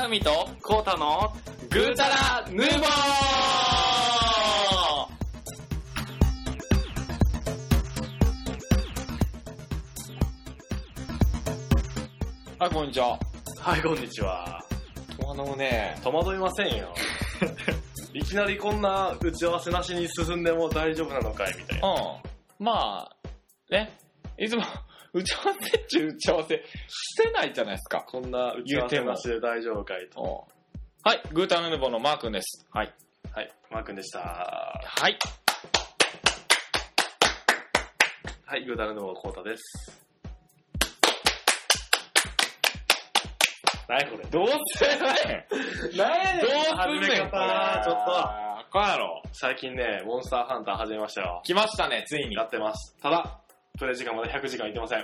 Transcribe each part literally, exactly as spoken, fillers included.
ミとコータのグータラヌーボー。はい、こんにちは。 はい、こんにちは。 あのね、 戸惑いませんよ。いきなりこんな打ち合わせなしに進んでも大丈夫なのかいみたいな。 うん。まあ、ね、いつも打ち合わせっちゅう打ち合わせしてないじゃないですか。 こんな打ち合わせなしで大丈夫かいと。 はい、グータラヌーボーのマー君です。はい。 はい、マー君でした。 はい。 はい、グータラヌーボーのコータです。何これどうせね何やねんどうすんねん始め方ちょっとあかんやろ。 最近ね、モンスターハンター始めましたよ。 来ましたね、ついに。 やってます。ただ、プレイ時間までひゃくじかんいってません。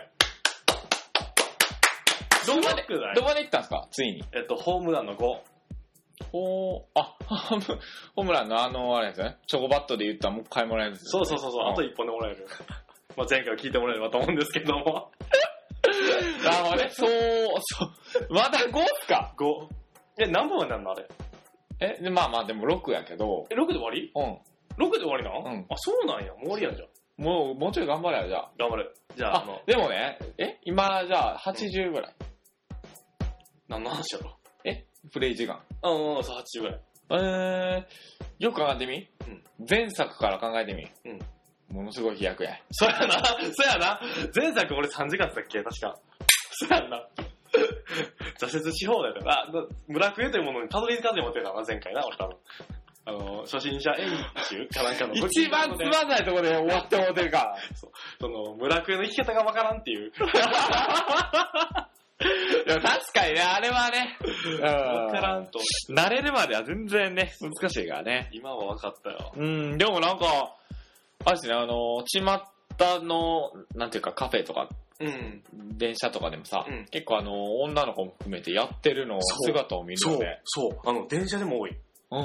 どこまで、どこまで行ったんですか、ついに。 えっと、ホームランのご。 ほー、あ、ホームランのあの、あれですね、チョコバットで言ったらもう一回もらえるんですよ、ね。そうそうそう、あといっぽんでもらえる。まあ前回は聞いてもらえればと思うんですけども。 あ、まあね、そう、そう、まだごっすか ? ご。え、何本になるのあれ。 え、で、まあまあでもろくやけど。 え、ろくで終わり？ うん。 ろくで終わりなの？ うん。 あ、そうなんや。もう終わりやんじゃん。 もう、もうちょい頑張れよ、じゃあ。 頑張る。じゃあ、 あ、あのでもね、え、今、じゃあ、はちじゅうぐらい。 何の話やろ？ え、プレイ時間。 うんうん、そう、はちじゅうぐらい。 えー、よく考えてみ？ うん。 前作から考えてみ？ うん。 ものすごい飛躍や。 そうやな、そうやな。前作俺さんじかんだっけ確か。そうやんな。挫折し放題だよ。あ、村クエというものにたどり着かずに持ってたな、前回な、俺多分。あの、初心者演習かなんかの。 一番つまんないところで終わってもうてるから。 そう。その、村クエの生き方がわからんっていう。 いや確かにね、あれはね。 わからんと。 慣れるまでは全然ね、難しいからね。 今はわかったよ。 うん、でもなんか、あれですね、あの、ちまったの、なんていうかカフェとか、 うん、 電車とかでもさ、 うん、 結構あの、女の子も含めてやってるの姿を見るよね。 そう、そう、あの、電車でも多い。 うん。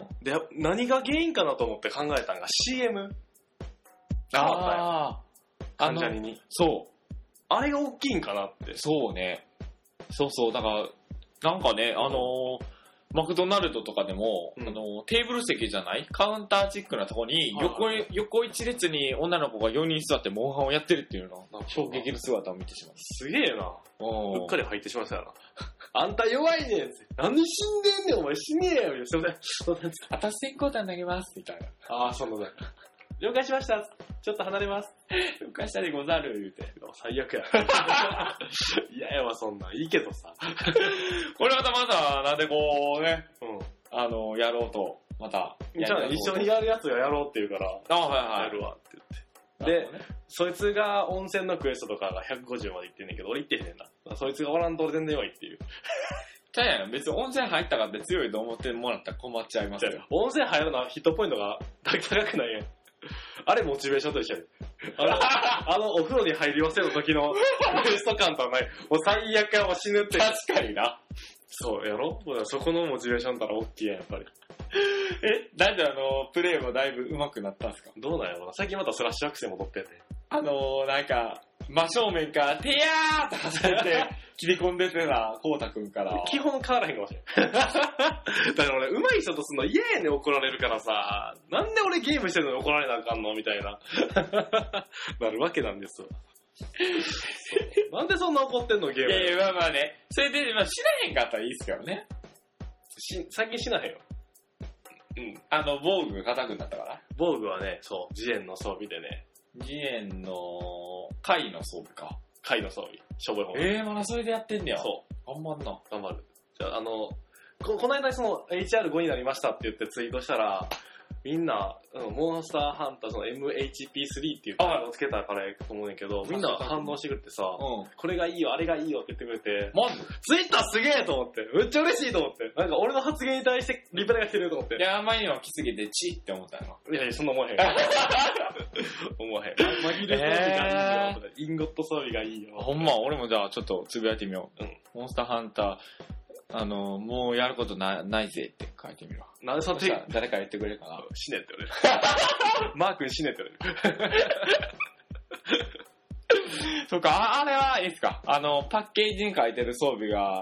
で、何が原因かなと思って考えたのが シーエム。 ああ。 関ジャニに。 そう。 あれが大きいんかなって。 そうね。そうそう、だから、なんかね、あのー、マクドナルドとかでも、うん、あのテーブル席じゃないカウンターチックなところに横、はい、横一列に女の子がよにん座ってモンハンをやってるっていうの衝撃の姿を見てしまう。 すげえな。うっかり入ってしまったよな。あんた弱いねん。何死んでんねんお前死ねえよ。すいません。すいません。 あたし先行弾投げますみたいな。 ああ、そうだね。了解しました。ちょっと離れます。 了解したでござる言うて。 最悪や。嫌やわそんなん。いいけどさ。 これまたまたなんでこうね、 うん、 あのやろうとまたじゃあ一緒にやるやつがやろうって言うから、 あはいはい、 やるわって言って。で、ね、そいつが温泉のクエストとかがひゃくごじゅうまで行ってんねんけど、俺行ってへんねんな。そいつがおらんと俺全然弱いっていう。 じゃあや別に温泉入ったからって強いと思ってもらったら困っちゃいますよ。 温泉入るのはヒットポイントが高くないやん。あれモチベーションと一緒やで。あの、あのお風呂に入り忘れた時のウエスト感とはない。もう最悪はもう死ぬって。 確かにな。 そうやろ？そこのモチベーションたら大きいやん、やっぱり。 え、なんであの、プレイもだいぶ上手くなったんすか？ どうなんやろな。最近またスラッシュアクセン戻ってんね。 あのー、なんか、真正面から、てやーって走って切り込んでてな、こうたくんから。 基本変わらへんかもしれん。だから俺、上手い人とすんの嫌やねん怒られるからさ、なんで俺ゲームしてるのに怒られなあかんのみたいな。なるわけなんですよ。なんでそんな怒ってんのゲーム。 いやいや、まあまあね。それで、まあ、死なへんかったらいいっすけどね。 し、最近死なへんよ。 うん。あの、防具が硬くなったから。 防具はね、そう、ジエンの装備でね。 ジエンの、貝の装備か。 貝の装備。しょぼい方。 ええー、まだそれでやってんねや。 そう。 頑張んな。 頑張る。じゃあ、あの、こ、この間その エイチアールご になりましたって言ってツイートしたら、みんな、うん、モンスターハンターその エムエイチピースリー っていうカードをつけたからやと思うんやけど、みんな反応してくれてさ、うん、これがいいよ、あれがいいよって言ってくれて、 マジ？ ツイッターすげえと思って、めっちゃ嬉しいと思って、なんか俺の発言に対してリプライが来てると思って。 いや、あまりにも来すぎてチって思ったよ。 いやいや、そんな思わへん。思わへん。紛れ装備がいいよとか、インゴット装備がいいよ。 ほんま、俺もじゃあちょっとつぶやいてみよう。 うん。 モンスターハンター、あの、もうやることな、ないぜって書いてみるわ。 なんでそっち誰か言ってくれるかな。 死ねって言われる。マー君死ねって言われる。 そうか、あれはいいっすか。あの、パッケージに書いてる装備が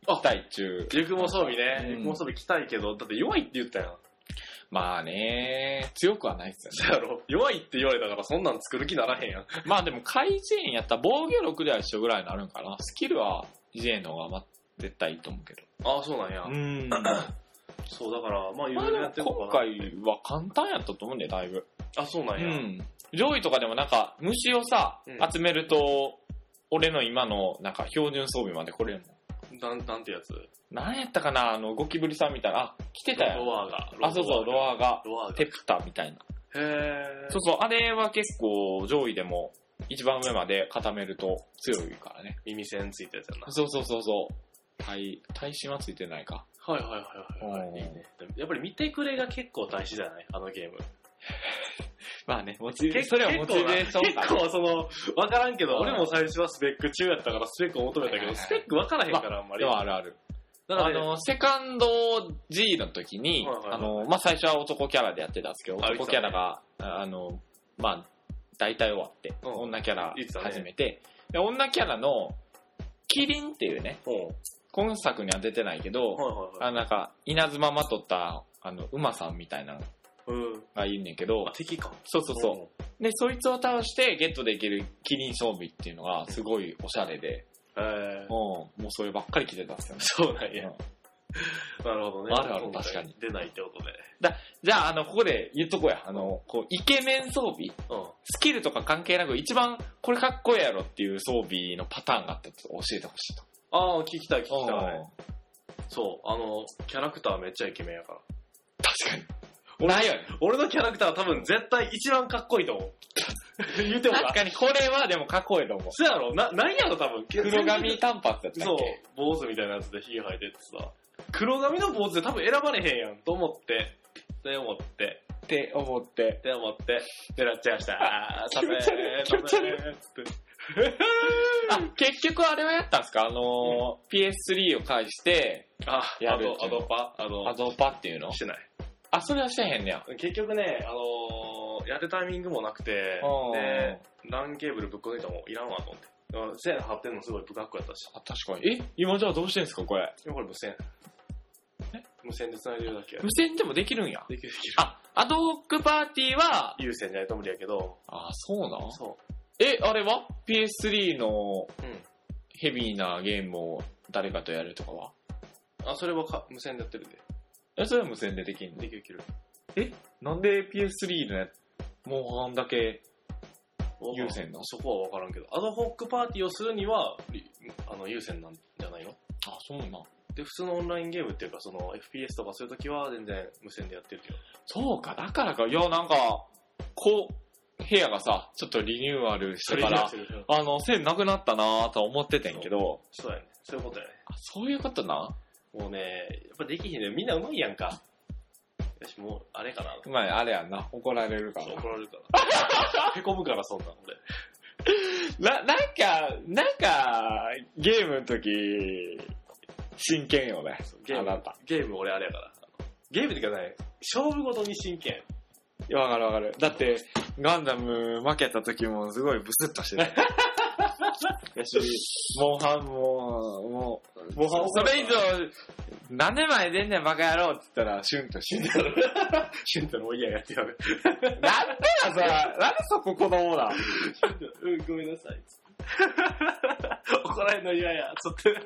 着たいっちゅう。 ゆくも装備ね。 うんゆくも装備着たいけど、だって弱いって言ったやん。 まあね、強くはないっすよね。 そうやろ弱いって言われたからそんなん作る気ならへんやん。 まあでも、怪人やったら防御力では一緒ぐらいになるんかな。スキルは異次元の方がまあ絶対いいと思うけど。 ああ、そうなんや。 ん。 そう、だから、まあ、いまあでもろいろやってるの今かな。 回は簡単やったと思うんだよ、だいぶ。 あ、そうなんや。 うん。上位とかでもなんか、虫をさ、 うん集めると、俺の今のなんか標準装備までこれも。 なん、なんてやつなんやったかな、あの、ゴキブリさんみたいな。あ、来てたやん。 ロアが。 あ、そうそう、ロアが。 ロアが。 テプタみたいな。 へー。 そうそう、あれは結構上位でも一番上まで固めると強いからね。 耳栓ついたやつやな。 そうそうそうそう。耐、耐震はついてないか。 はいはいはいはい、はい。いいね。でもやっぱり見てくれが結構大事じゃないあのゲーム。 まあね、モチベそれはモチベーションか。 結構その、わからんけど、 うん俺も最初はスペック中やったからスペックを求めたけど、 はいはいはいスペックわからへんからあんまり。 でもあるある。 だからね、 あの、セカンド G の時に、 はいはいはいあの、まあ、最初は男キャラでやってたんですけど、 あ男キャラが、あの、まあ、大体終わって、 うん女キャラ言ってたね始めて、で、女キャラの、キリンっていうね、 うん。 今作には出てないけど、 はいはいはい。 あのなんか、稲妻まとった、あの、馬さんみたいなのうん。 がいんねんけどあ、、敵か。 そうそうそう。で、そいつを倒してゲットできるキリン装備っていうのがすごいおしゃれで、 へー。 うん、もうそればっかり着てたんですよね。 そうなんや。 うんなるほどね。 あるある確かに出ないってことで。 じゃあ、あの、ここで言っとこうや。あの、こう、イケメン装備うん。 スキルとか関係なく一番これかっこいいやろっていう装備のパターンがあったら教えてほしいと。 ああ、聞きたい聞きたい。 うんそう、あの、キャラクターめっちゃイケメンやから。 確かに。ないよね。 俺のキャラクターは多分絶対一番かっこいいと思う。言ってもか。 確かにこれはでもかっこいいと思う。 そうやろな、なんやろ多分。 黒髪単発やったそうっけ。、 坊主みたいなやつでヒゲ生えてってさ。黒髪の坊主で多分選ばれへんやんと思って。って思って。 って思ってっ。て思って。狙っちゃいました。あー、さ気持ち悪い気持ち悪いさせーつって。 あ、結局あれはやったんですかあのー、ピーエススリー を介して、 あ、 やるアド、アドパあの、 アドパっていうのしてない。 あ、それはしてへんねや。 結局ね、あのー、やるタイミングもなくて、 うんで、ランケーブルぶっこ抜いたらもういらんわと思って。だから線張ってんのすごい不格好やったし。 あ、確かに。え今じゃあどうしてんすかこれ。 これ無線。 え無線で繋いでるだけや。 無線でもできるんや。 できるできる。 あ、アドホックパーティーは、 有線じゃないと無理やけど、 あ、そうなんそえ、あれは ピーエススリー のう。うん。 ヘビーなゲームを誰かとやるとかはあ、それはか無線でやってるで。 え、それは無線でできんのできるできる。 えなんで ピーエススリー のやもうあんだけ有線なのそこは分からんけど、アドホックパーティーをするには、りあの、有線なんじゃないのあ、そうなんで、普通のオンラインゲームっていうか、その エフピーエス とかそういう時は全然無線でやってるけど。 そうか、だからか。いや、なんか、こう、部屋がさ、ちょっとリニューアルしてから、あの、線なくなったなぁとは思ってたんやけど、 そうやね。そういうことやね。 あ、そういうことな。 もうね、やっぱできひんね。みんなうまいやんか。よし、もう、あれかな。 まあ、あれやんな。怒られるからな。 怒られるから。へこむから、そんなん、俺。 な、なんか、なんか、ゲームの時、真剣よね。 ゲームあなた。 ゲーム俺あれやから。ゲームっていうかね、勝負ごとに真剣。 いやわかるわかる。だって、ガンダム負けた時もすごいブスッとしてた。やし、モンハンも、もう、 モンハンそれ以上、何年前出んねんバカ野郎って言ったら、シュンとしてる。 シュントのお嫌やってやる。 なんでやさ、なんでそこ子供だうん、ごめんなさい。怒られるの嫌や、つって。はい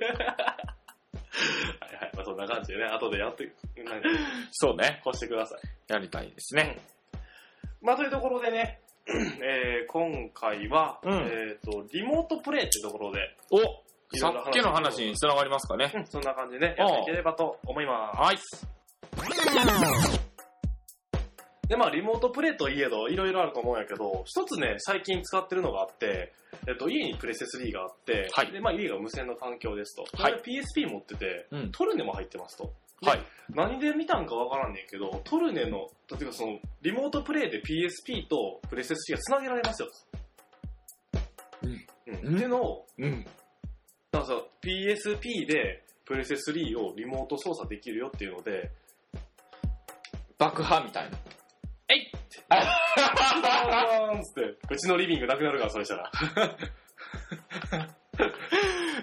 はい、まあそんな感じでね、後でやって、なんか、 そうね。 こうしてください。 やりたいですね。 まあというところでね、えー、今回は、 うんえっ、と、リモートプレイっていうところで、 おいろいろさっきの話に繋がりますかね。 うん、そんな感じでね、やっていければと思います。 はい。 で、まあ、リモートプレイといえど、いろいろあると思うんやけど、一つね、最近使ってるのがあって、えっと、家にプレステスリーがあって、 はいで、まあ、家が無線の環境ですと。 はいで ピーエスピー 持ってて、 うんトルネも入ってますと。 はい。 何で見たんかわからんねんけど、トルネの、例えばその、リモートプレイで ピーエスピー とプレステスリーが繋げられますよと。 うん。 うん。っていうのを、 うん。 だからさ、ピーエスピー でプレステスリーをリモート操作できるよっていうので、 爆破みたいな。 えいって。あーんつって、うちのリビングなくなるから、それしたら。 え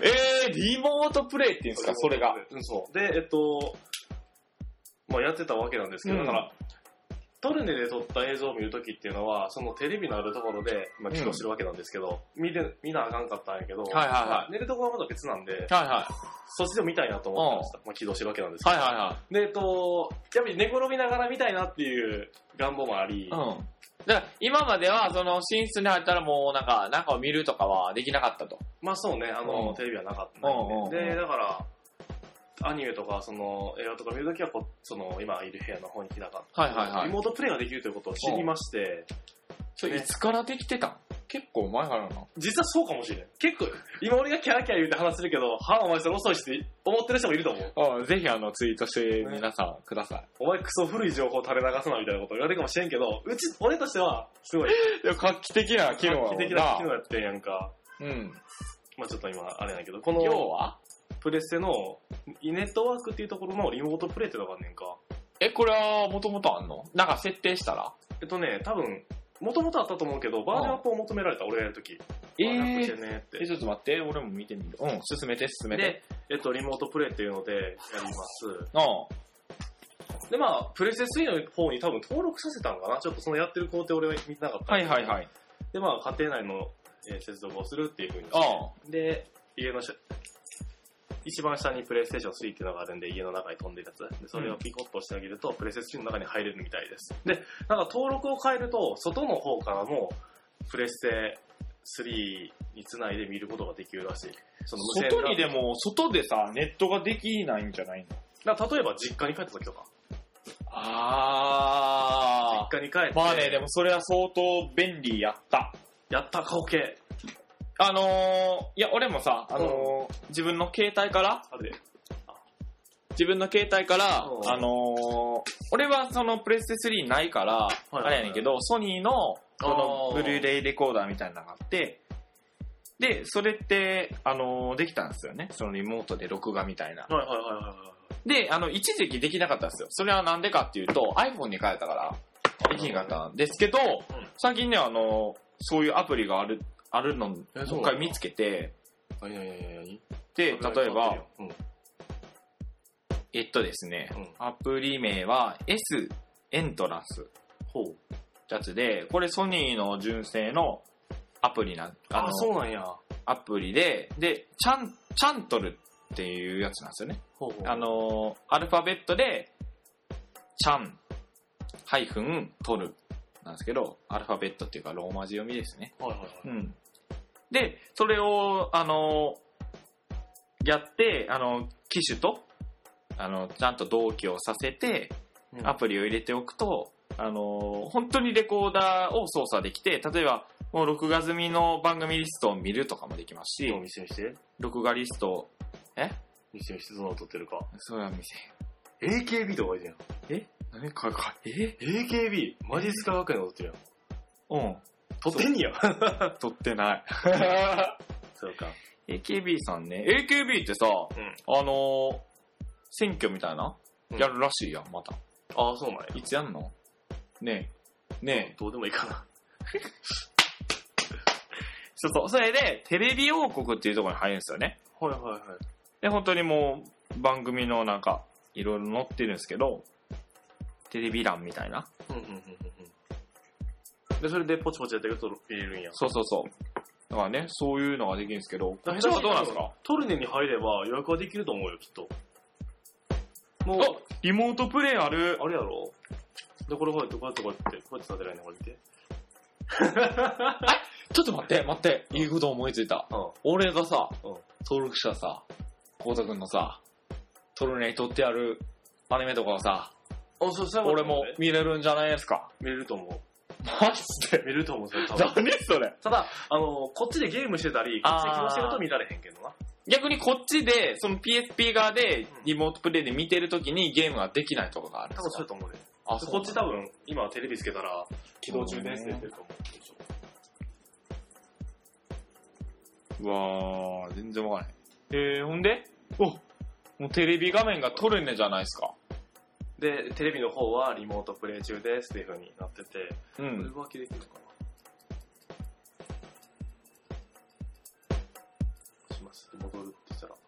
れ、リモートプレイっていうんですか、それが。 うん、そう。で、えっと、まあやってたわけなんですけど、うん、だから、トルネで撮った映像を見るときっていうのは、そのテレビのあるところで、まあ、起動してるわけなんですけど、うん、見て、見なあかんかったんやけど、 はいはいはいまあ、寝るところはまた別なんで、 はいはい、 そっちでも見たいなと思ってました。まあ、起動してるわけなんですけど。 はいはいはい。 で、えっと、やっぱり寝転びながら見たいなっていう願望もあり、 うん。だから今まではその寝室に入ったらもうなんか、なんかを見るとかはできなかったと。 まあそうね、あの、うん、テレビはなかったんで、で、だから、アニメとかその映画とか見るときはこその今いる部屋の方に来なかった。 はいはいはい。 リモートプレイができるということを知りまして。 それいつからできてたん？結構前からな。 実はそうかもしれない。結構、今俺がキャーキャー言うて話するけど、はぁお前それ遅いしって思ってる人もいると思う。 ああぜひあのツイートして皆さんください。ね、 お前クソ古い情報垂れ流すなみたいなこと言われるかもしれんけど、うち、俺としてはすごい。 でも画期的な機能画期的な機能やってんやんか。 うん。 まあちょっと今あれなんやけど、この、 要はプレステのネットワークっていうところのリモートプレイってのがあんねんか。 え、これはもともとあんの？なんか設定したら？ えっとね、多分、もともとあったと思うけど、バージョンアップを求められた、俺がやるとき。 えー、え、ちょっと待って、俺も見てみる。うん、進めて、進めて。 で、えっと、リモートプレイっていうのでやります。 うん。 で、まあ、プレステスリーの方に多分登録させたんかな。ちょっとそのやってる工程俺は見てなかった。 はいはいはい。 で、まあ、家庭内の、えー、接続をするっていう風にして。 あで、家のし一番下にプレイステーションスリーっていうのがあるんで、家の中に飛んでるやつ。で、それをピコッとしてあげると、うん、プレイステスリーの中に入れるみたいです。で、なんか登録を変えると、外の方からも、プレステスリーにつないで見ることができるらしい。その無線外にでも、外でさ、ネットができないんじゃないの？ だから例えば実家に帰った時とか。 あー。実家に帰って。 まあね、でもそれは相当便利やった。 やった、顔系。 あのー、いや、俺もさ、あのー、自分の携帯から、 あれ自分の携帯から、あのー、俺はそのプレステスリーないから、はいはいはい、あれやねんけど、ソニーの、その、ブルーレイレコーダーみたいなのがあって、で、それって、あのー、できたんですよね。そのリモートで録画みたいな。 はいはいはいはい。 で、あの、一時期できなかったんですよ。それはなんでかっていうと、iPhone に変えたから、できなかったんですけど、うん、最近ね、あのー、そういうアプリがある、あるのを一回見つけて、で、例えば、うん、えっとですね、うん、アプリ名は S エントランスやつで、これソニーの純正のアプリな、 ああ、そうなんや。 アプリで、で、チャン、チャントルっていうやつなんですよね。 ほうほうあの、アルファベットで、チャン、ハイフン、トルなんですけど、アルファベットっていうかローマ字読みですね。 はいはいはい。 うん。で、それを、あの、やって、あの、機種と、あの、ちゃんと同期をさせて、アプリを入れておくと、あの、本当にレコーダーを操作できて、例えば、もう録画済みの番組リストを見るとかもできますし、 見せ見せ録画リスト、え見せ見せどうなの撮ってるか。 それは見せ。 エーケービー とか書いてんやん。 え何かか、えエーケービー? マジスカ学園の撮ってるやん。うん。 撮ってんにや。 撮ってない。 そうか。 エーケービー さんね。エーケービー ってさ、うん、あのー、選挙みたいな、うん、やるらしいやん、また。 ああ、そうなんや。 いつやんのねえ。ねえ。 どうでもいいかな。 そうそう。それで、テレビ王国っていうところに入るんですよね。 はいはいはい。 で、本当にもう、番組のなんか、いろいろ載ってるんですけど、テレビ欄みたいな。 うんうんうんうん。で、それでポチポチやってると入れるんや。 そうそうそう。だからね、そういうのができるんですけど、こっちはどうなんですか？ トルネに入れば予約はできると思うよ、きっと。 もう、リモートプレイある。 あれやろ？で、これこうやって、こうやって、こうやって、こうやって立てられるのこれ見て。 ちょっと待って、待って。いいこと思いついた。うん、俺がさ、うん、登録したさ、コウタくんのさ、トルネに撮ってあるアニメとかをさ、 あ、そうそう、 俺も見れるんじゃないですか？ 見れると思う。 マジで見れると思う、それ。 何それ？ ただ、あの、こっちでゲームしてたり、こっちで起動してると見られへんけどな。 逆にこっちで、その ピーエスピー 側でリモートプレイで見てるときにゲームができないとかがあるんですか？ 多分そうやと思うね。あ、こっち多分、今テレビつけたら起動中ですって言ってると思う。うわー、全然わからない。えー、ほんでお、もうテレビ画面が撮るねじゃないですか。 で、テレビの方はリモートプレイ中ですっていう風になってて、 うん。 これ浮気できるのかな？します。戻るってしたら。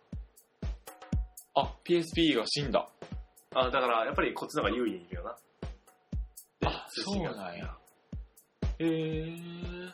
あ、ピーエスピー が死んだ。 あ、だからやっぱりこっちの方が優位にいるよな。 あ、そうなんや。へー。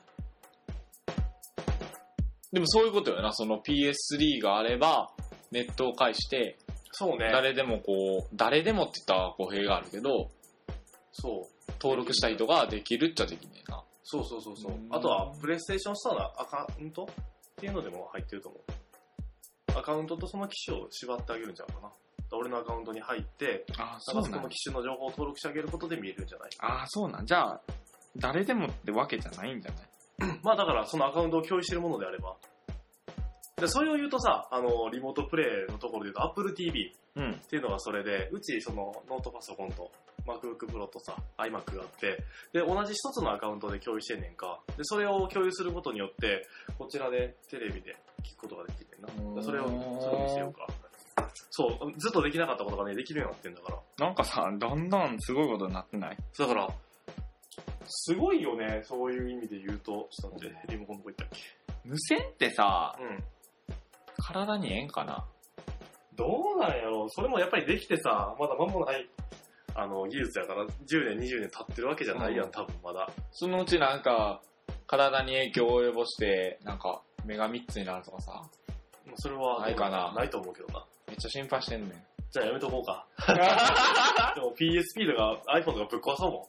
でもそういうことよな、その ピーエススリー があれば、ネットを介して、 そうね。 誰でもこう、誰でもって言ったら語弊があるけど、 そう。 登録した人ができるっちゃできねえな。 そうそうそうそう。あとは、プレイステーションストアのアカウントっていうのでも入ってると思う。アカウントとその機種を縛ってあげるんじゃないかな。俺のアカウントに入って、 あ、 そうなんその機種の情報を登録してあげることで見えるんじゃないか。 ああ、そうなん。じゃあ、誰でもってわけじゃないんじゃないまあだから、そのアカウントを共有しているものであれば。でそれを言うとさ、あの、リモートプレイのところで言うと Apple ティーブイ っていうのがそれで、うちそのノートパソコンと MacBook Pro とさ、iMac があって、で、同じ一つのアカウントで共有してんねんか。で、それを共有することによって、こちらでテレビで聞くことができてんな。それを、それを見せようか。そう、ずっとできなかったことがね、できるようになってんだから。 なんかさ、だんだんすごいことになってない？ だから、すごいよね、そういう意味で言うと。ちょっと待って、リモコンどこ行ったっけ？ 無線ってさ、 うん。 体にええんかな？ どうなんやろう。それもやっぱりできてさ、まだ間もない、あの、技術やから、じゅうねん、にじゅうねん経ってるわけじゃないやん、うん、多分まだ。 そのうちなんか、体に影響を及ぼして、なんか、目がみっつになるとかさ。 それは、 ないかな。 ないと思うけどな。 めっちゃ心配してんねん。 じゃあやめとこうか。でも ピーエスピー とか iPhone とかぶっ壊そうも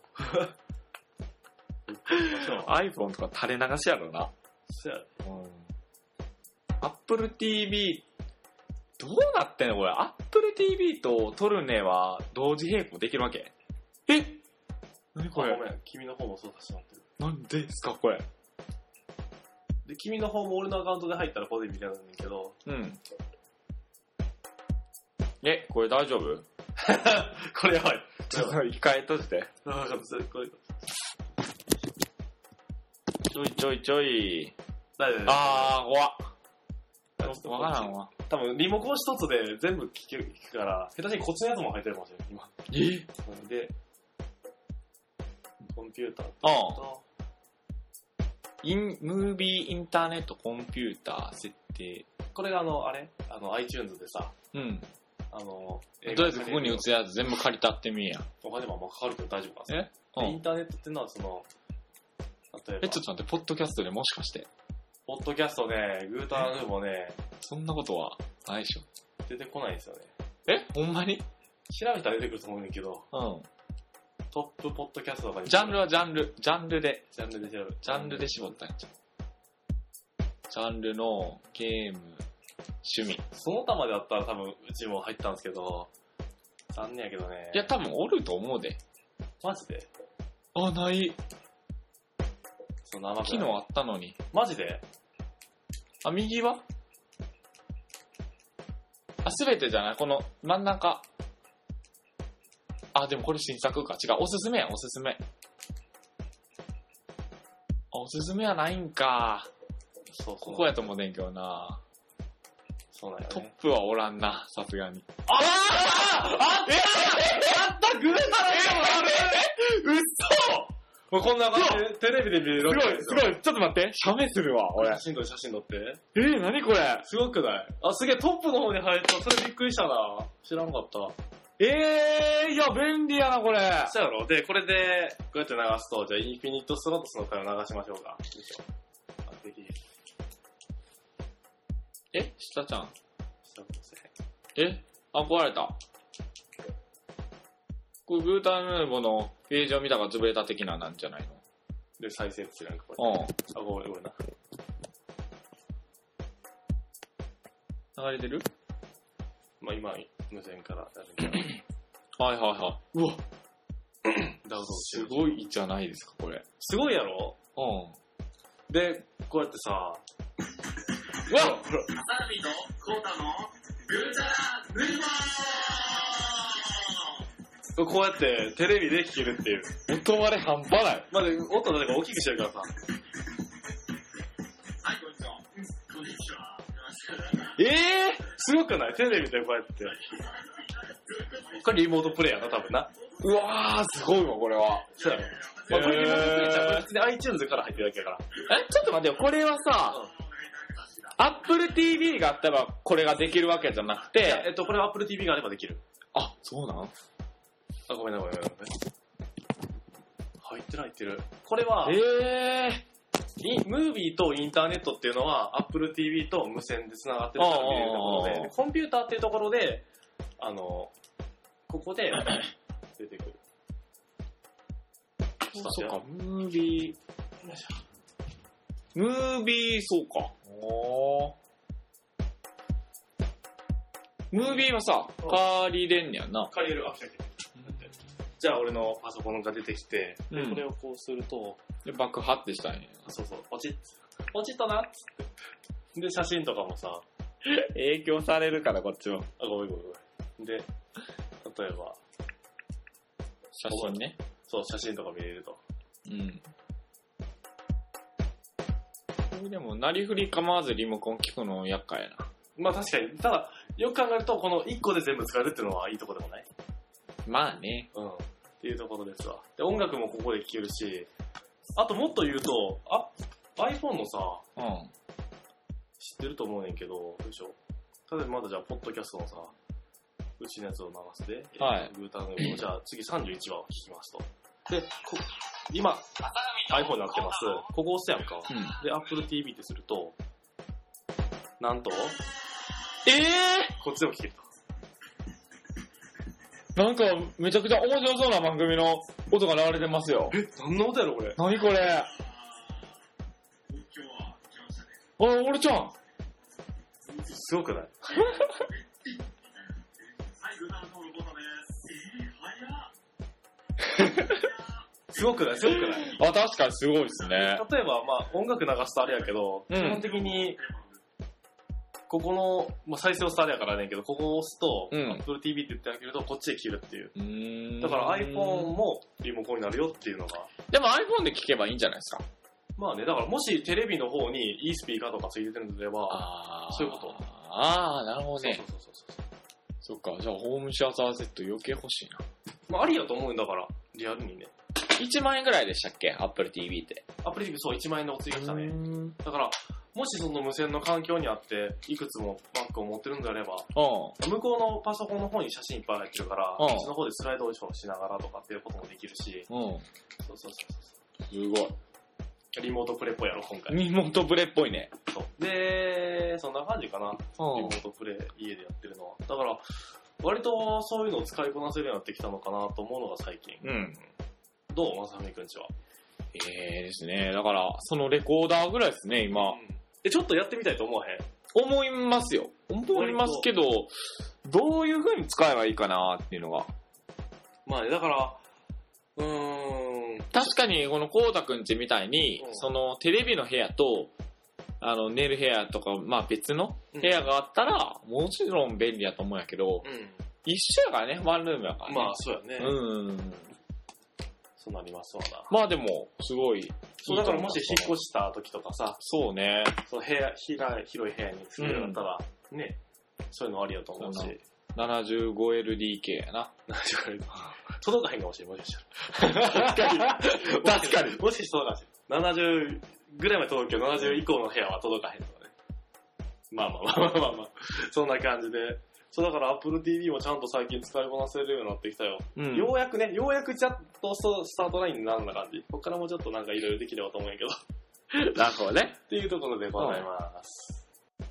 ん。 iPhone とか垂れ流しやろな。 そうや。 うん。Apple ティーブイ、どうなってんのこれ。Apple ティーブイ とトルネは同時並行できるわけ？え？何これ？ ごめん、君の方もそうだしまってる。 なんでですかこれ。 で、君の方も俺のアカウントで入ったらこれ見てるんだけど。 うん。え、これ大丈夫？ これやばい。 ちょっと控え閉じて。ちょいちょいちょい。 大丈夫。 あー、怖っ。わからんわ。 多分リモコン一つで全部聞くから、下手にこっちのやつも入ってるかもしれない、今。 え？ で、コンピューターと、イン、ムービーインターネットコンピューター設定。 これがあの、あれあの、iTunes でさ、 うん。 あの、 とりあえずここに映すやつ全部借りたってみえや。 お金もあんまかかるけど大丈夫かな。 え？うん。 インターネットってのはその、例えば。 え、ちょっと待って、ポッドキャストでもしかして。 ポッドキャストね、グーターヌーもね、 そんなことはないでしょ。 出てこないんですよね。 え？ほんまに？ 調べたら出てくると思うんだけど、 うん。 トップポッドキャストとかに。 ジャンルはジャンル、ジャンルで。 ジャンルで調べる。 ジャンルで絞ったんやつ。ジャンルのゲーム、趣味。 その他まであったら多分うちも入ったんですけど、残念やけどね。 いや、多分おると思うで。 マジで？ あ、ない。 その昨日あったのに。 マジで？ あ、右は？あ、すべてじゃない？この真ん中。あ、でもこれ新作か。違う。おすすめや、おすすめ。あ、おすすめはないんか。 そうそう。 ここやと思うねんけどな。 そうなんやね。 トップはおらんな、さすがに。 あああえあったグータラえうっそもうこんな感じでテレビで見れる。 すごい、すごい。ちょっと待って。写メするわ、俺。 写真撮って、写真撮って。 えー、何これすごくないあ、すげえ、トップの方に入った。それびっくりしたな。知らんかった。 えー、いや、便利やな、これ。 そうやろで、これで、こうやって流すと、じゃあ、インフィニットスロットスの回を流しましょうか。よいしょ。あ、できる。 え下ちゃん。 下とせ。 えあ、壊れた。これ、グーターヌーボのページを見たが潰れた的ななんじゃないので、再生するやんか、これ。うん。 あ、ごめん、ごめんな。 流れてるまあ、今、無線からやるんじはいはいはい。うわダウンすごいじゃないですか、これ。 すごいやろうん。 で、こうやってさ、うわサラミとコータのグータラヌーボーこうやってテレビで聴けるっていう。 音割れ半端ない。 まだ音だけ大きくしてるからさ。 はい、こんにちは。こんにちは。 えー、すごくないテレビでこうやって。これリモートプレイヤーな、多分な。 うわー、すごいわ、これは。 そうやろ。まあ、これリモートプレイヤーじゃん。これ普通に iTunes から入ってるだけやから。 え、ちょっと待ってよ、これはさ、 Apple ティーブイ があったらこれができるわけじゃなくて。 いや、えっと、これは Apple ティーブイ があればできる。 あ、そうなん？ あ、ごめんなごめんなごめん。入ってる入ってる。これは、 えー、ムービーとインターネットっていうのは Apple ティーブイ と無線で繋がってるから見れるところで、コンピューターっていうところで、あの、ここで出てくる。 そうか、ムービー。ムービー、そうか。おー。ムービーはさ、借りれんねやんな。 借りれる。あ、来た来た。じゃあ俺のパソコンが出てきて、で、 うんこれをこうすると、 で、爆破ってしたんや。 そうそう、ポチッ、ポチッとなっつって。で、写真とかもさ、 影響されるから、こっちも。 あ、ごめんごめんごめん。で、例えば、 写真ね。 そう、写真とか見れると。 うん。これでも、なりふり構わずリモコン聞くの厄介やな。 まあ確かに、ただ、よく考えると、このいっこで全部使えるっていうのはいいとこでもない？ まあね。 うん。っていうところですわ。で、音楽もここで聴けるし、あともっと言うと、あ、iPhone のさ、 うん。 知ってると思うねんけど、どうでしょう。例えばまだじゃあ、ポッドキャストのさ、うちのやつを流すで、 はいグータンの横、じゃあ次さんじゅういちわを聴きますと。で、こ今、iPhone になってます。ここ押すやんか。 うん。 で、Apple ティーブイ ってすると、なんと、 えこっちでも聴けると。 ー、なんか、めちゃくちゃ面白そうな番組の音が流れてますよ。 え、何の音やろこれ。 なにこれ。あ、俺ちゃん。 すごくない？すごくないすごくないあ、確かにすごいですね。 例えば、まあ、音楽流すとあれやけど、 うん基本的に、ここの、まあ、再生をスタートやからねんけど、ここを押すと、 うん Apple ティーブイ って言ってあげると、こっちで聴けるっていう。 うーん。 だから iPhone もリモコンになるよっていうのが。 でも iPhone で聞けばいいんじゃないですか。 まあね、だからもしテレビの方にいいスピーカーとかついてるのであれば、 あそういうこと。 ああ、なるほどね。 そうそうそうそうそう。 そっか、じゃあホームシアター Z 余計欲しいな。 まあ、ありやと思うんだから、リアルにね。 いちまん円ぐらいでしたっけ Apple ティーブイ って。 アプリティブそういちまん円のお釣りが来たね。 うーんだから、もしその無線の環境にあって、いくつも Mac を持ってるんであれば、 う向こうのパソコンの方に写真いっぱい入ってるから、 うんこっちの方でスライドをしながらとかっていうこともできるし、 ん。うん。 そうそうそうすごい。 そう。リモートプレイっぽいやろ、今回。 リモートプレイっぽいね。 そうで、そんな感じかな。リモうートプレイ、家でやってるのは。だから、割とそういうのを使いこなせるようになってきたのかなと思うのが最近。 ん。うん。 どうまさみくんちは。 ええですね。だから、そのレコーダーぐらいですね、今。 うんえ、ちょっとやってみたいと思わへん？ 思いますよ。思いますけど、どういう風に使えばいいかなっていうのが。 まあね、だから、うーん。 確かに、このこうたくんちみたいに、 うんそのテレビの部屋と、あの、寝る部屋とか、まあ別の部屋があったら、もちろん便利だと思うんやけど、 う一緒やからね、ワンルームやからん。 ね。 まあ、そうやね。 うん。 そうなりますわな。 まあでも、すごい。 そう、だからもし引っ越した時とかさ、 そうね。 その部屋、広い広い部屋に住むようになったら、ね、そういうのありやと思うし。 ななじゅうごエルディーケー やな。 届かへんかもしれん、もしかしたら。 確かに。確かに。 もし届かへん。ななじゅうぐらいまで届くけど、ななじゅう以降の部屋は届かへんとかね。まあまあまあまあまあまあ。そんな感じで。そうだから Apple ティーブイ もちゃんと最近使いこなせるようになってきたよ。 うんようやくね、ようやくちゃんとスタートラインになるような感じ。こっからもうちょっとなんかいろいろできればと思うんやけど。 なるほどね。 っていうところでございます。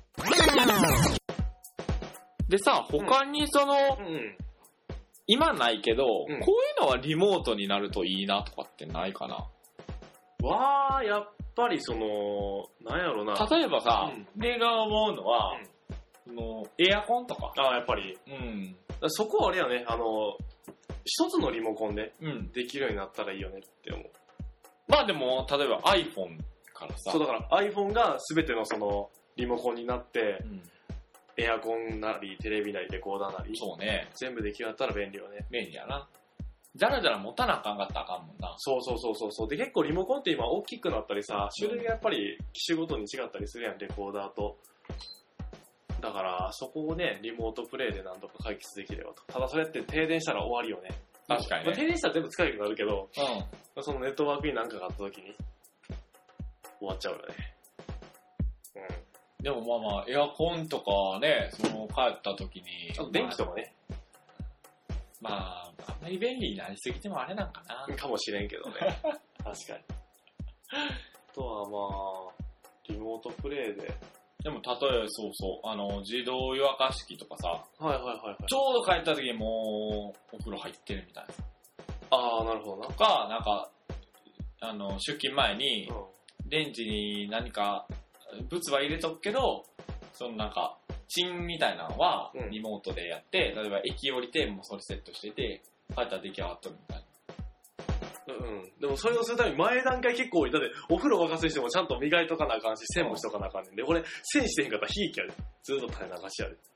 でさ、他にその、 うん。 今ないけど、 うんこういうのはリモートになるといいなとかってないかな。 わー、やっぱりその、なんやろな。 例えばさ、 うん俺が思うのは、そのエアコンとか。 あー、やっぱり。 うん。 そこはあれやね、あの、一つのリモコンでうん。 できるようになったらいいよねって思う。 まあでも、例えば iPhone からさ。 そうだから iPhone が全てのそのリモコンになってう、ん。 エアコンなり、テレビなり、レコーダーなり、 そうね。 全部できるようになったら便利よね。 便利やな。じゃらじゃら持たなあかんかったらあかんもんな。 そうそうそうそうそう。で、結構リモコンって今大きくなったりさ、種類がやっぱり機種ごとに違ったりするやん、レコーダーと。だから、そこをね、リモートプレイでなんとか解決できればと。ただそれって停電したら終わりよね。 確かにねまあ停電したら全部使えるようになるけど、 うん。 そのネットワークに何かがあった時に、終わっちゃうよね。うん。 でもまあまあ、エアコンとかね、その帰った時に。 あと電気とかね。 まあ、あんまり便利になりすぎてもあれなんかな。 かもしれんけどね。確かに。あとはまあ、リモートプレイで。 でも例えばそうそう、あの、自動湯沸かし器とかさ、 はいはいはい、はい。 ちょうど帰った時にもうお風呂入ってるみたいな。 ああ、なるほどな。 とか、なんか、あの、出勤前に、 うん、 レンジに何か、物は入れとくけど、そのなんか、チンみたいなのはリモートでやって、うん、例えば駅降りてもうそれセットしてて、帰ったら出来上がっとるみたいな。 うん。でもそれをするために前段階結構多い。だってお風呂沸かすにしてもちゃんと磨いとかなあかんし、栓もしとかなあかんねんで、これ栓してへんかったら悲劇やで。ずーっと垂れ流しやで。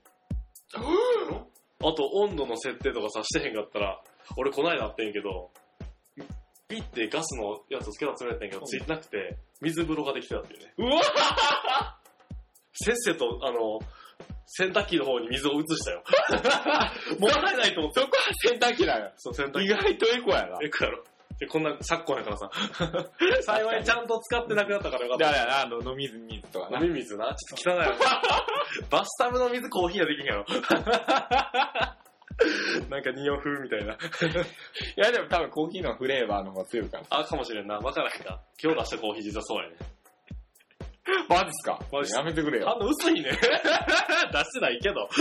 あと温度の設定とかさしてへんかったら、俺こないだあってんけど、ピッてガスのやつつけたつもりやったんやけど、ついてなくて、水風呂ができてたっていうね。 うわせっせと、あの、洗濯機の方に水を移したよ。もったいないと思って。 そこは洗濯機だよ。 そう、洗濯機。 意外とエコやな。 エコやろ。で、こんな昨今やからさ。幸いちゃんと使ってなくなったからよかった。 だからな、あの、飲み水とかな。 飲み水な。ちょっと汚いよ。バスタブの水コーヒーはできへんやろ。なんか匂う風みたいな。いやでも多分コーヒーのフレーバーの方が強いから。 あ、かもしれんな。わからへんか。今日出したコーヒー実はそうやね。 マジっすか？ マジっすか？ やめてくれよ。 あの薄いね。出してないけど。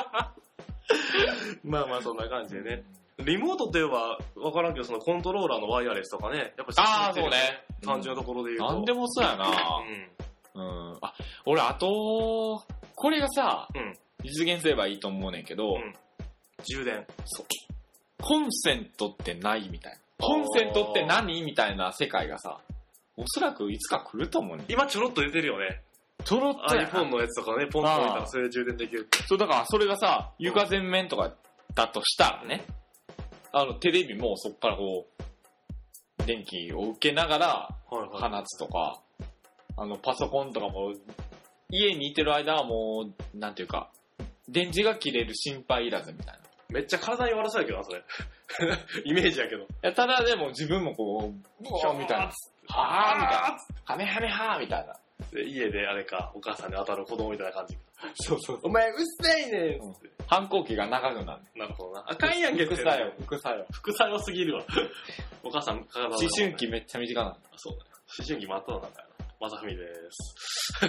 まあまあそんな感じでね。リモートといえばわからんけど、そのコントローラーのワイヤレスとかね。やっぱああ、そうね。 単純なところで言うと。 なんでもそうやな。うん。うん。あ、俺あと、これがさ、うん、実現すればいいと思うねんけど、うん、 充電。 そう。コンセントってないみたいな。コンセントって何みたいな世界がさ、おそらくいつか来ると思うね。 今ちょろっと出てるよね。 ちょろっとやな。 iPhone のやつとかね、ポンと置いたらそれで充電できるって。 そう、だからそれがさ、床全面とかだとしたらね、あの、テレビもそっからこう、電気を受けながら放つとか、はいはい、あの、パソコンとかも、家にいてる間はもう、なんていうか、電池が切れる心配いらずみたいな。 めっちゃ体に悪そうやけどな、それ。イメージやけど。いや、ただでも自分もこう、ブワーみたいな。はぁーみたいな。はめはめはーみたいな。 で、家であれか、お母さんに当たる子供みたいな感じ。 そうそうそう。 お前うっせいねー、うん、 反抗期が長くなる。 なるほどな。あかんやんけ。 副作用、副作用。 副作用すぎるわ。お母さん、体思春期めっちゃ短くなる。 そうだね。思春期真っ只中やな。まさふみです。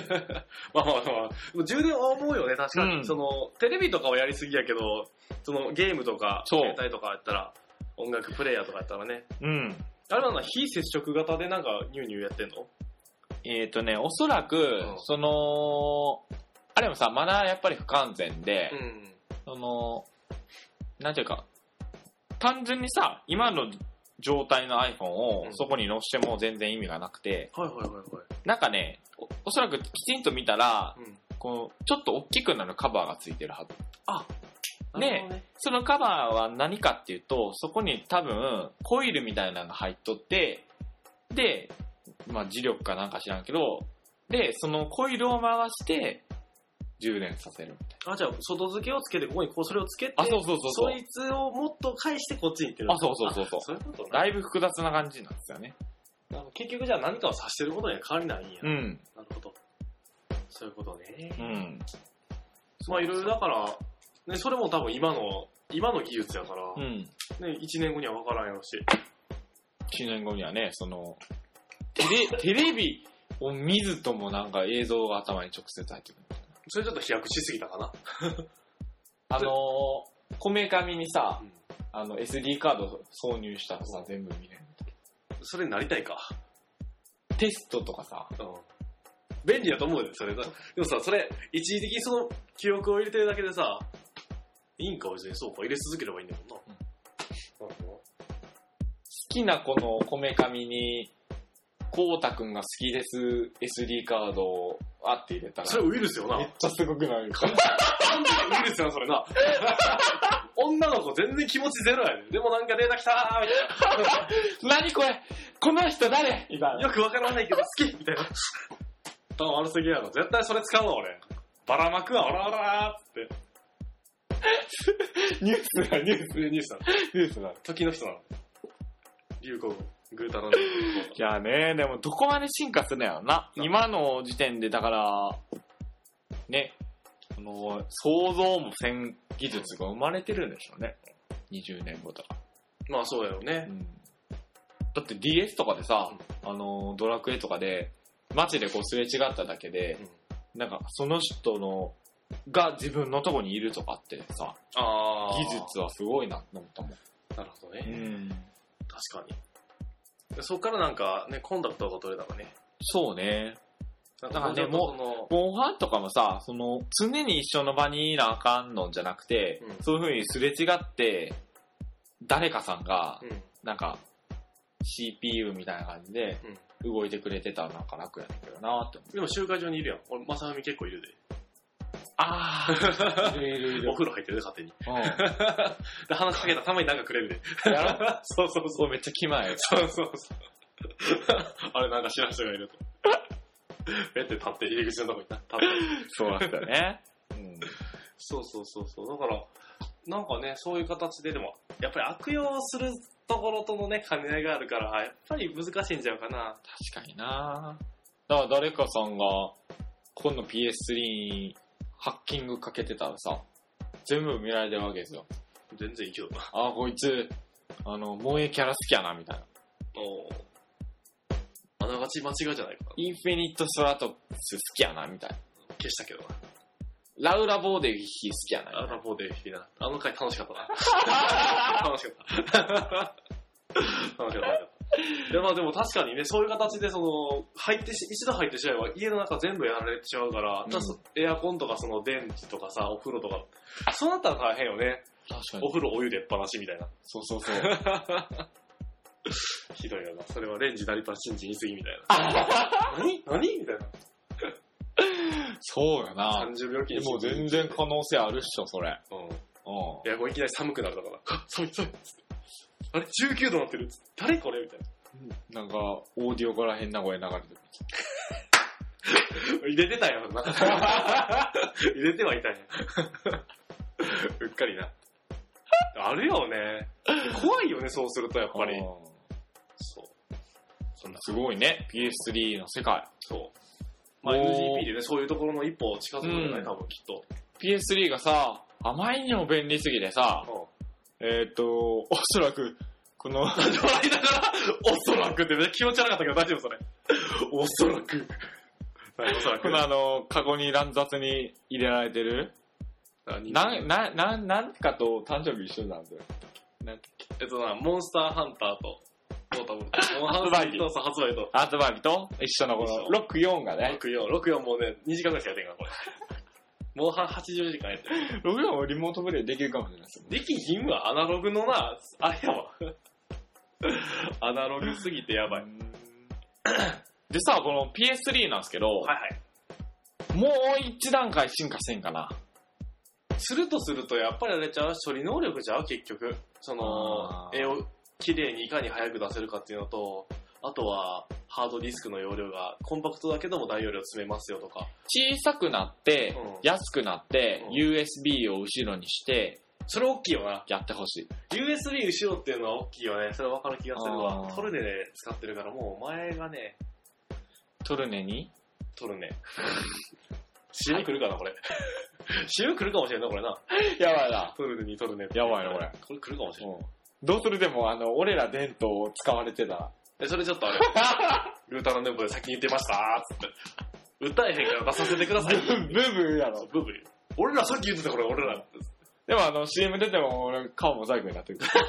まあまあまあ、充電は思うよね、確かに、うん。その、テレビとかはやりすぎやけど、そのゲームとか、携帯とかやったら、音楽プレイヤーとかやったらね。 うん。 あれはな、非接触型でなんかニューニューやってんの？ えっ、ー、とね、おそらく、うん、その、あれもさ、まだやっぱり不完全で、うん、その、なんていうか、単純にさ、今の状態の iPhone をそこに載せても全然意味がなくて、 うん、はいはいはいはい。 なんかね、お, おそらくきちんと見たら、うん、こうちょっと大きくなるカバーがついてるはず。 あ、 で、ね、そのカバーは何かっていうと、そこに多分コイルみたいなのが入っとって、で、まあ磁力かなんか知らんけど、で、そのコイルを回して充電させるみたいな。あ、じゃあ外付けをつけて、ここにこうそれをつけて、 あ、そうそうそうそう。 そいつをもっと返してこっちに行ってる。 あ、そうそうそうそう。 そういうことね。 だいぶ複雑な感じなんですよね。 結局じゃあ何かを指してることには変わりないんや。 うん。 なるほど。そういうことね。 うん。 まあいろいろだから、ね、それも多分今の、今の技術やから、 うん。 ね、いちねんごには分からんやろし。 いちねんごにはね、その、テレ、テレビを見ずともなんか映像が頭に直接入ってくる。 それちょっと飛躍しすぎたかな。 あのー、こめかみにさ、うん、あの エスディー カード挿入したらさ、全部見れるみたいな。 それになりたいか。 テストとかさ、 うん。便利だと思うよ、それ。でもさ、それ、一時的にその記憶を入れてるだけでさ、いいんか別にそうか、入れ続ければいいんだもんな。うん、 好きなこのこめかみに、こうたくんが好きです エスディー カードをあって入れたら。 それウイルスよな。 めっちゃすごくなる。 ウイルスやな、それな。女の子全然気持ちゼロやねん。でもなんかデータ来たーみたいな。 何これこの人誰みたいな。 よくわからないけど好きみたいな。多分悪すぎやろ。絶対それ使うわ、俺。ばらまくわ、オラオラーって。ニュースだ、ニュース。ニュースだ。ニュースだ。時の人なの。流行語。グータランド。 いやね、でもどこまで進化するんやろな。今の時点で、だから、 ね、あの、想像もせん技術が生まれてるんでしょうね。にじゅうねんごとか。 まあそうやろね。 うん、だって ディーエス とかでさ、うん、あの、ドラクエとかで、街でこうすれ違っただけで、うん、なんかその人の、が自分のとこにいるとかってさ、 あ技術はすごいなって思ったもん。 なるほどね。 うん、 確かに。そっからなんかね、コンタクトが取れたらね。 そうね。 だからね、もう、モンハンとかもさ、その、常に一緒の場にいなあかんのじゃなくて、うん、そういう風にすれ違って、誰かさんが、うん、なんか、シーピーユー みたいな感じで、動いてくれてたらなんか楽やねんけどなって思う。 でも集会場にいるやん。俺、まさみ結構いるで。 あー、いるいるいる。 お風呂入ってるで、勝手に。うん。で、話しかけたらたまになんかくれるで。 やろそうそうそう。 めっちゃ気前よ。 そうそうそう。あれなんか知らん人がいると。えって立って、入り口のとこに立って。 そうだったね。うん。 そうそうそうそう。だから、なんかね、そういう形ででも、やっぱり悪用するところとのね、兼ね合いがあるから、やっぱり難しいんちゃうかな。 確かにな。だから誰かさんが、今度 ピーエススリー にハッキングかけてたらさ、全部見られてるわけですよ。 全然いいけどな。 あ、こいつ、あの、萌えキャラ好きやな、みたいな。 おー。あながち間違いじゃないかな。 インフィニットストラトス好きやな、みたいな。 消したけどな。 ラウラ・ボーデビヒ好きやな。 ラウラ・ボーデビヒな。あの回楽しかったな。楽しかった。楽しかった。楽しかった。でまあでも確かにね、そういう形でその、入ってし、一度入ってしまえば家の中全部やられてしまうから、うん、エアコンとかその電池とかさ、お風呂とか、そうなったら大変よね。 確かに。 お風呂お湯出っ放しみたいな。 そうそうそう。 ひどいよな。それはレンジなりっぱなしに言い過ぎみたいな。何何みたいな。 そうやな。 さんじゅうびょうきにでも全然可能性あるっしょ、それ。 うん。うん。いや、これいきなり寒くなるだから。あ、寒い寒い。あれ ?じゅうきゅうどなってる。誰これみたいな。なんか、オーディオから変な声流れてる。 入れてたよな。入れてはいたんや。うっかりな。あるよね。怖いよね、そうするとやっぱり。そう。 そんなすごいね、ピーエススリー の世界。 そう。まあ エヌジーピー でね、そういうところの一歩近づくんじゃない、多分きっと。 ピーエススリー がさ、あまりにも便利すぎてさ、えーっと、おそらく、この、 笑いながら、おそらくってね、気持ち悪かったけど大丈夫それ。おそらく。おそらく。 このあの、カゴに乱雑に入れられてる、な、な、な、なんかと誕生日一緒なんだよ。なんえっとな、モンスターハンターと、モータブルと、発売日と、発売と。 発売日と一緒のこのろくよんがね。 ろくよん、ろくよんもうね、にじかんぐらいしかやってんから、これ。もうはちじゅうじかんやってる。 ろくよんはリモートプレイできるかもしれないですよ。 できひんわ、アナログのな、あれやわ。アナログすぎてやばい。 でさ、この ピーエススリー なんですけど、 はいはい。 もう一段階進化せんかな。 するとすると、やっぱりあれちゃう、処理能力じゃう、結局。その、絵を綺麗にいかに早く出せるかっていうのと、あとは、ハードディスクの容量が、コンパクトだけども大容量詰めますよとか。 小さくなって、うん、安くなって、うん、ユーエスビー を後ろにして、 それ大きいよな。 やってほしい。 ユーエスビー 後ろっていうのは大きいよね。それは分かる気がするわ。トルネで使ってるから、もう前がね。 トルネにトルネ。シーエム 来るかな、これ。シーエム 来るかもしれんな、これな。 やばいな。 トルネにトルネって。 やばいな、これ。 これ来るかもしれん。うん、 どうするでも、あの、俺ら伝統使われてたら。 え、それちょっとあれ。ルーターのネンボで先に言ってましたーつって。歌えへんから出させてください。 ブーブーやろ。 ブーブー。俺らさっき言ってた、これ、俺ら。 でもあの シーエム 出ても俺顔モザイクになってる。トル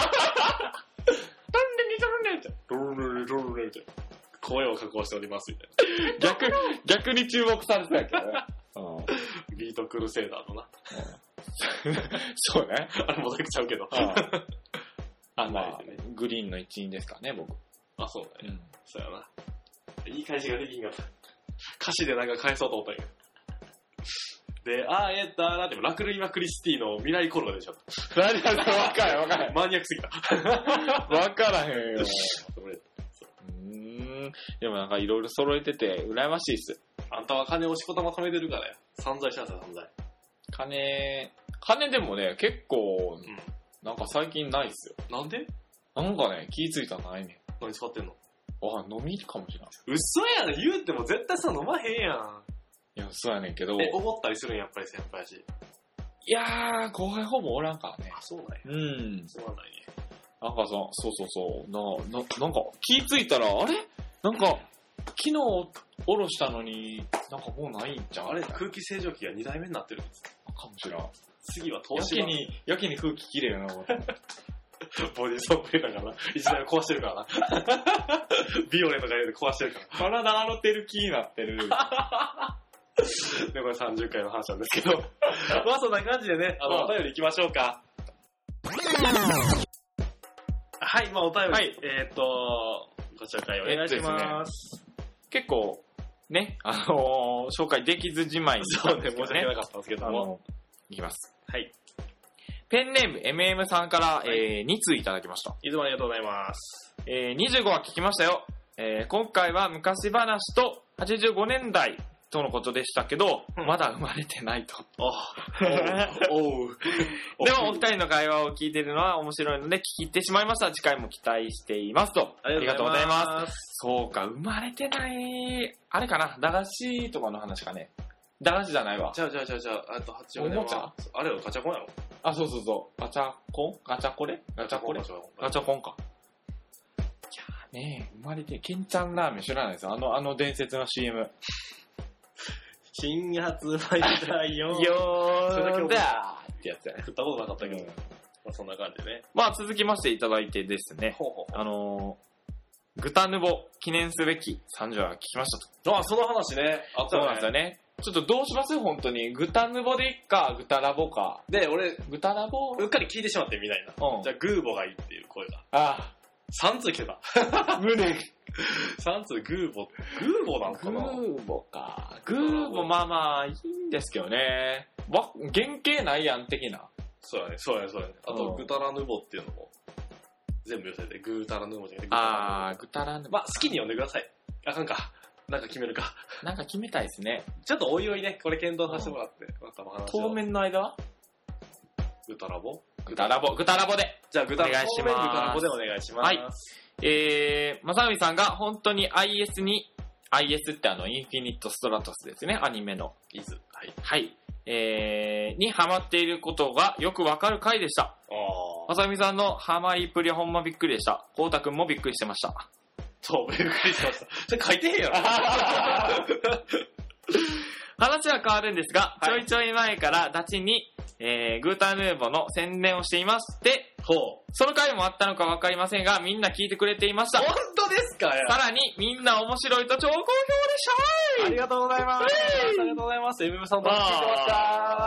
ネにトルネって。 トルネトルネって。声を加工しておりますみたいな。 逆、逆に注目されてたけどね。 うん、ビートクルセイダーのな。 うん、そうね。 あれモザイクちゃうけど。 あ、まあ、グリーンの一員ですからね、僕。 あ、そうだね。うん、そうやな。いい返しができんかった。歌詞でなんか返そうと思ったんや。で、あーえったーなっても、ラクルイマクリスティの未来コロが出ちゃった。 何だろ、わかるわかる。 マニアックすぎた。 わからへんよ。うーん。でもなんかいろいろ揃えてて、羨ましいっす。 あんたは金をしこたま貯めてるからや。散財しなさい、散財。 金、金でもね、結構、うん、なんか最近ないっすよ。 なんで？ なんかね、気ぃついたのないねん。 何使ってんの？ あ、飲みかもしれない。 嘘やん、言うても絶対さ、飲まへんやん。 いや、そうやねんけど。 え、おごったりするんやっぱり先輩やし。 いやー、後輩ほぼおらんからね。 あ、そうなんや。 うん。 そうなんやね。 なんかさ、そうそうそう。な、な、なんか気ぃついたら、あれなんか、昨日おろしたのに、なんかもうないんじゃん。 あれ、空気清浄機がにだいめになってるんですかもしれん。 次は投や資けに、やけに空気きれいな。 ボディソープ入れたからな。一台壊してるからな。ビオレとか入れて壊してるから。 体洗ってる気になってる。 で、これさんじゅっかいの話なんですけど。まあそんな感じでね、あの、お便り行きましょうか。はい、まあお便り。 はい、 えー、っと、ご紹介お願いします。 えっとですね、結構、ね、あのー、紹介できずじまいに、ね。 そうね、申し訳なかったんですけども。 いきます。 はい。 ペンネーム エムエム さんから、はい、えー、に通いただきました。 いつもありがとうございます。 えー、にじゅうご話聞きましたよ。えー、今回は昔話とはちじゅうごねんだいとのことでしたけど、うん、まだ生まれてないと。 おおうでもお二人の会話を聞いているのは面白いので聞き入ってしまいました。次回も期待していますと。ありがとうございます。そうか、生まれてない。あれかな、駄菓子とかの話かね。駄菓子じゃないわ。 じゃあじゃあじゃあじゃあ、あとはちじゅうねんは。 おもちゃあれよ、ガチャコンやろ。 あ、そうそうそう。ガチャコンガチャコレガチャコレガチャコンか。いやーねえ、生まれて、ケンちゃんラーメン知らないですよ。あの、あの伝説の シーエム。 新発売だよよーだーってやつやね。 食ったことなかったけど、うん、まあそんな感じでね。 まあ続きましていただいてですね。 ほうほうほう、 あのー、グタヌボ記念すべきさんじゅう話聞きましたと。 あ、その話ね。 あ、そうなんですよね。ちょっとどうします本当に。グタヌボでいっか、グタラボか。 で、俺、 グタラボうっかり聞いてしまってみたいな。 うん。 じゃあ、グーボがいいっていう声が。 ああ。 さん通来てた。 胸。 さん通グーボ、グーボなんかなグーボか。グーボまあまあいいんですけどね。わ、原型ないやん的な。 そうやね、そうやね、そうやね。あと、グタラヌボっていうのも、全部寄せて、グータラヌボじゃなくて、グタラヌボ。 あー、グタラヌボ。 まあ、好きに呼んでください。あかんか。なんか決めるか。 なんか決めたいですね。 ちょっとおいおいね、これ検討させてもらって、またお話を。 当面の間はグタラボグタラボ、グタラボで。 じゃあ、グタラボ。 お願いします。 グタラボでお願いします。 はい。えー、まさみさんが本当に アイエス に、アイエス ってあの、インフィニットストラトスですね、アニメの。 イズ。はい。 はい。えー、にハマっていることがよくわかる回でした。 あまさみさんのハマりっぷりはほんまびっくりでした。こうたくんもびっくりしてました。 そう、びっくりしました。それ書いてへんやろ。 話は変わるんですが、 はい、 ちょいちょい前からダチに、えー、グータヌーボの宣伝をしていまして、 ほう。 その回もあったのかわかりませんが、みんな聞いてくれていました。 本当ですか？ さらに、みんな面白いと超好評でした。 ありがとうございます。ありがとうございます。エムエム さんと聞いてました。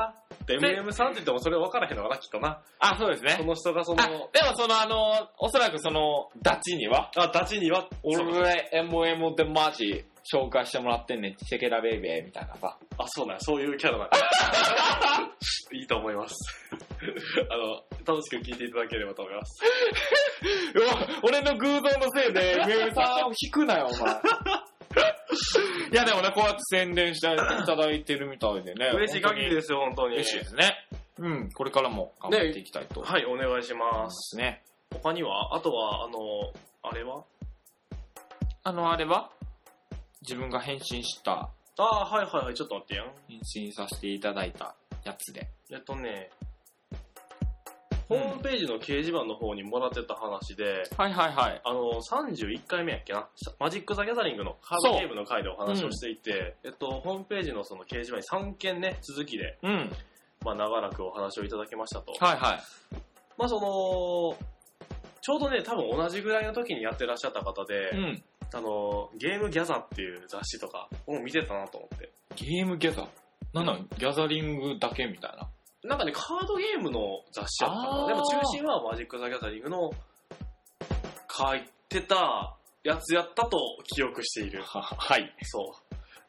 エムエム さんって言ってもそれ分からへんのかな、きっとな。 あ、そうですね。 その人がその。 でもそのあの、おそらくその、ダチには。 あ、ダチには。 俺、エムエム でマジ、紹介してもらってんねん、チェケラベイベーみたいなさ。 あ、そうなんや、そういうキャラなんや。いいと思います。あの、楽しく聞いていただければと思います。 俺の偶像のせいで、エムエム さんを引くなよ、お前。いやでもね、こうやって宣伝していただいてるみたいでね。 嬉しい限りですよ、本当に。 嬉しいですね。うん、これからも頑張っていきたいと。 はい、お願いします。 ね。 他にはあとは、あの、あれはあの、あれは自分が返信した。 ああ、はいはいはい、ちょっと待ってやん。 返信させていただいたやつで。 えっとね、ホームページの掲示板の方にもらってた話で、 はいはいはい。 あの、さんじゅういっかいめやっけな、マジック・ザ・ギャザリングのカードゲームの回でお話をしていて、うん、えっと、ホームページのその掲示板にさんけんね、続きで、 うん、 まあ長らくお話をいただきましたと。 はいはい。 まあその、ちょうどね、多分同じぐらいの時にやってらっしゃった方で、うん、あの、ゲームギャザっていう雑誌とか、もう見てたなと思って。 ゲームギャザなんなん、うん、ギャザリングだけみたいな。 なんかね、カードゲームの雑誌やったかな。でも中心はマジック・ザ・ギャザリングの書いてたやつやったと記憶している。 はい。 そう。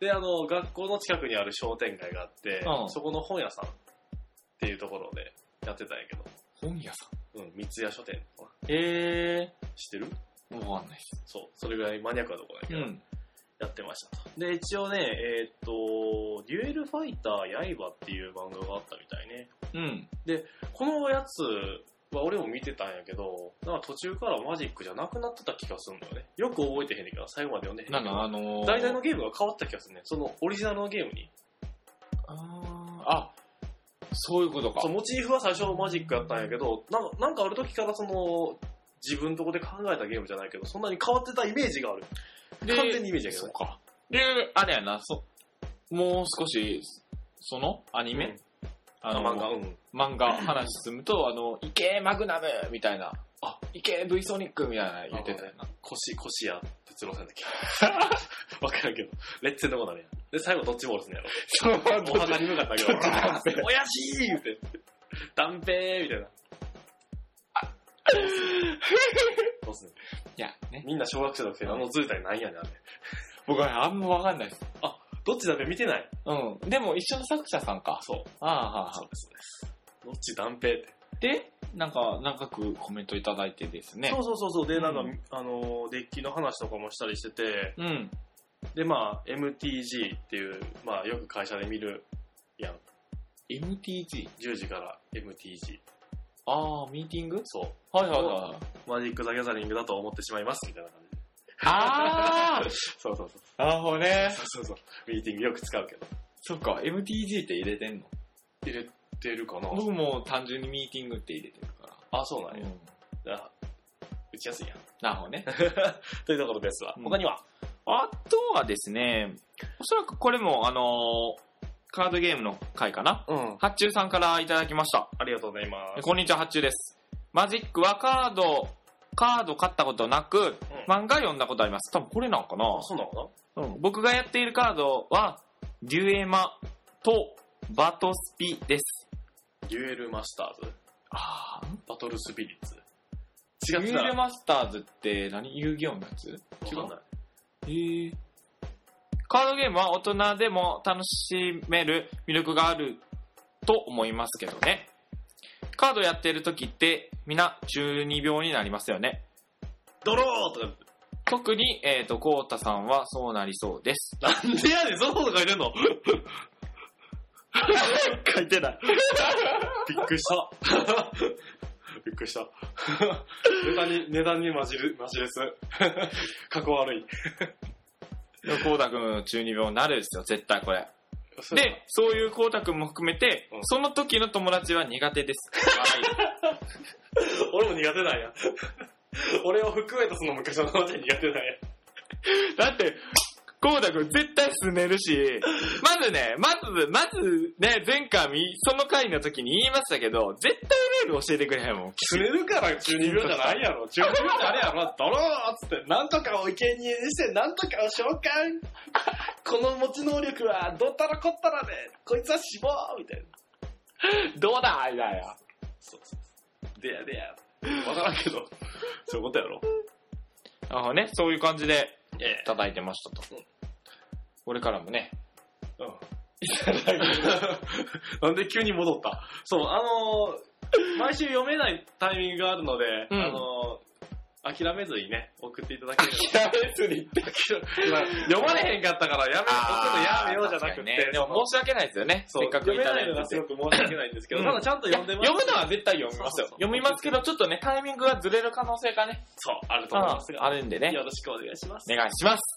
で、あの、学校の近くにある商店街があって、うん、そこの本屋さんっていうところでやってたんやけど。 本屋さん？うん、三ツ矢書店とか。 へー。 知ってる？ わかんないです。 そう。それぐらいマニアックなところだけど。うん、やってましたと。で、一応ね、えー、っと、デュエルファイター刃っていう漫画があったみたいね。 うん。で、 このやつは俺も見てたんやけど、なんか途中からマジックじゃなくなってた気がするんだよね。よく覚えてへんねんけど、最後まで読んでへんねんけど。 なんかあのー、 大体のゲームが変わった気がするね。そのオリジナルのゲームにああ、そういうことか。 そう、モチーフは最初マジックやったんやけど、なんか、なんかある時からその、自分のとこで考えたゲームじゃないけど、そんなに変わってたイメージがある。 で完全にイメージやけどね。 そうか。で、あれやな、そ、もう少し、そのアニメ、 うんあの、 漫画、うん。 漫画話進むと、あの、イケーマグナムみたいな、 あ、 イケー V ソニックみたいな言ってたよな。 腰、腰や、哲郎さんだっけ。わからんけど、レッツェンのことなるやん。で、最後ドッジボールすんのやろ。 そう、 お墓に向かったけど、おやしー言うて、断平ーみたいな。どうすんのいや、ね。 みんな小学生のくせにあの図体なんやねん、あれ。 僕はね、あんまわかんないです。 あ、どっちだべ見てない。 うん。でも一緒の作者さんか。 そう。 ああ、はあ、はそうです、そうです。どっち断平って。 で、なんか、長くコメントいただいてですね。 そうそうそうそう。で、なんか、 うんあのー、デッキの話とかもしたりしてて、 うん。 で、まあ、エムティージー っていう、まあ、よく会社で見るやん。 エムティージー? じゅうじから エムティージー。 ああ、ミーティングそう。 はいはいはい。 マジック・ザ・ギャザリングだと思ってしまいます、みたいな感じで。 ああそうそうそう。 なるほどね。 そうそうそう。ミーティングよく使うけど。 そっか、エムティージー って入れてんの？ 入れてるかな。 僕も単純にミーティングって入れてるから。 あ、そうなんや。 うん。 じゃあ、打ちやすいやん。 なるほどね。 というところですわ。 うん他にはあとはですね、おそらくこれも、あのーカードゲームの回かな。 うん。 発注さんからいただきました。 ありがとうございます。 こんにちは、発注です。マジックはカード、カード買ったことなく、漫画読んだことあります。多分これなんかな。 あ、そうなのかうん、僕がやっているカードは、デュエマとバトスピです。 な。デュエルマスターズあバトルスピリッツデュエル違ってたらマスターズって何？遊戯王のやつ？ わかんない。 へー。カードゲームは大人でも楽しめる魅力があると思いますけどね。カードやってる時ってみんな中二病になりますよね。 ドローとか。 特に、えっと、コウタさんはそうなりそうです。 なんでやねん、そんなこと書いてんの書いてない。 びっくりした。びっくりした。値段に、値段にマジる、マジです。かっこ悪い。 コウタくん中二病になるですよ、絶対これ。 で、 で、そういうコウタくんも含めて、 うんその時の友達は苦手です。 俺も苦手なんや。俺を含めたその昔の友達苦手なんや。 だって、コウタくん絶対住めるし、まずね、まず、まずね、前回み、その回の時に言いましたけど、絶対ルール教えてくれへんもん。 釣れるから中二病じゃないやろ。中二病ってあれやろ。ドローっつって、なんとかを生贄にして、なんとかを召喚。この持ち能力は、どったらこったらで、こいつは死亡みたいな。 どうだみたいな。 そうそうそう。でやでや。わからんけど、そういうことやろ。 あのね、そういう感じでええいただいてましたと。 うんこれからもね。 うん。なんで急に戻ったそう、あのー、毎週読めないタイミングがあるので、 うんあのー、諦めずにね、送っていただければ。 諦めずにって。 読まれへんかったからやめ、送るのやめようじゃなくて。 ね、でも申し訳ないですよね。 そうせっかくいただいて読めないのがすごく申し訳ないんですけど、 うんただちゃんと読んでます。 読むのは絶対読みますよ。 そうそうそう読みますけど、ちょっとね、タイミングがずれる可能性がね、 そう、あると思いますが。 あるんでね。 よろしくお願いします。 お願いします。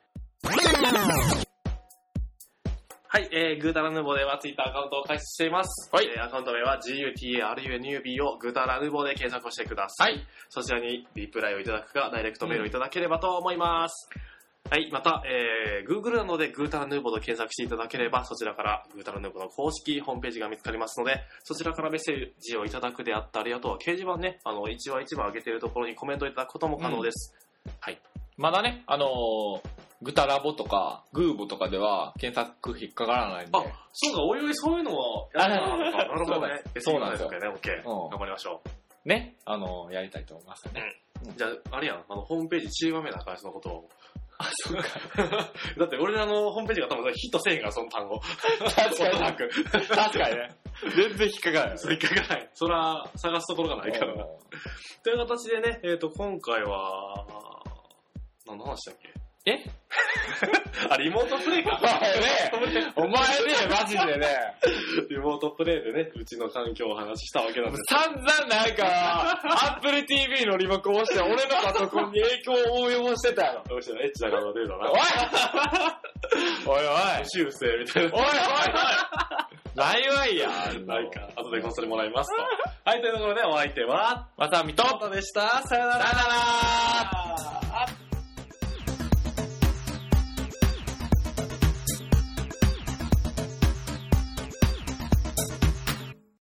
はい、えー、グータラヌボではツイッターアカウントを開設しています。 はいえー、アカウント名は ジーユーティーエーアールユーエヌユービー をグータラヌボで検索をしてください。 はい。 そちらにリプライをいただくか、ダイレクトメールをいただければと思います。はい、また、えー、Google などでグータラヌーボーと検索していただければ、そちらからグータラヌーボーの公式ホームページが見つかりますので、そちらからメッセージをいただくであったり、あとは掲示板ね、あの、一話一話上げているところにコメントいただくことも可能です。はい。 まだね、あのー、グタラボとか、グーボとかでは検索引っかからないんで。 あ、そうか、おいおいそういうのをやるのか。なるほどね。 そうなんですよね、オッケー。 うん頑張りましょう。 ね、あのー、やりたいと思いますね。 じゃあ、あれやん、あの、ホームページちりばめなあかんそのことを。 あ、そうか。 だって俺らのホームページが多分ヒットせえへんから、その単語。 確かに。 なく。 確かにね。全然引っかからない。 それ引っかからない。そら、探すところがないからな。という形でね、えっ、と、今回は、何の話だっけえあ、リモートプレイか。 お前ね、お前ね、マジでね。 リモートプレイでね、うちの環境をお話ししたわけなんです。 散々なんか、Apple ティーブイ のリモコンを押して、俺のパソコンに影響を及ぼしてたよ。 どうしてもエッチな顔が出るだな。 おいおいおい修正みたいな。 おいおいおいないわいや。 ないか。後でこっそりもらいますと。はい、というところでお相手は、 まさみと、 またでした。さよなら。 さよなら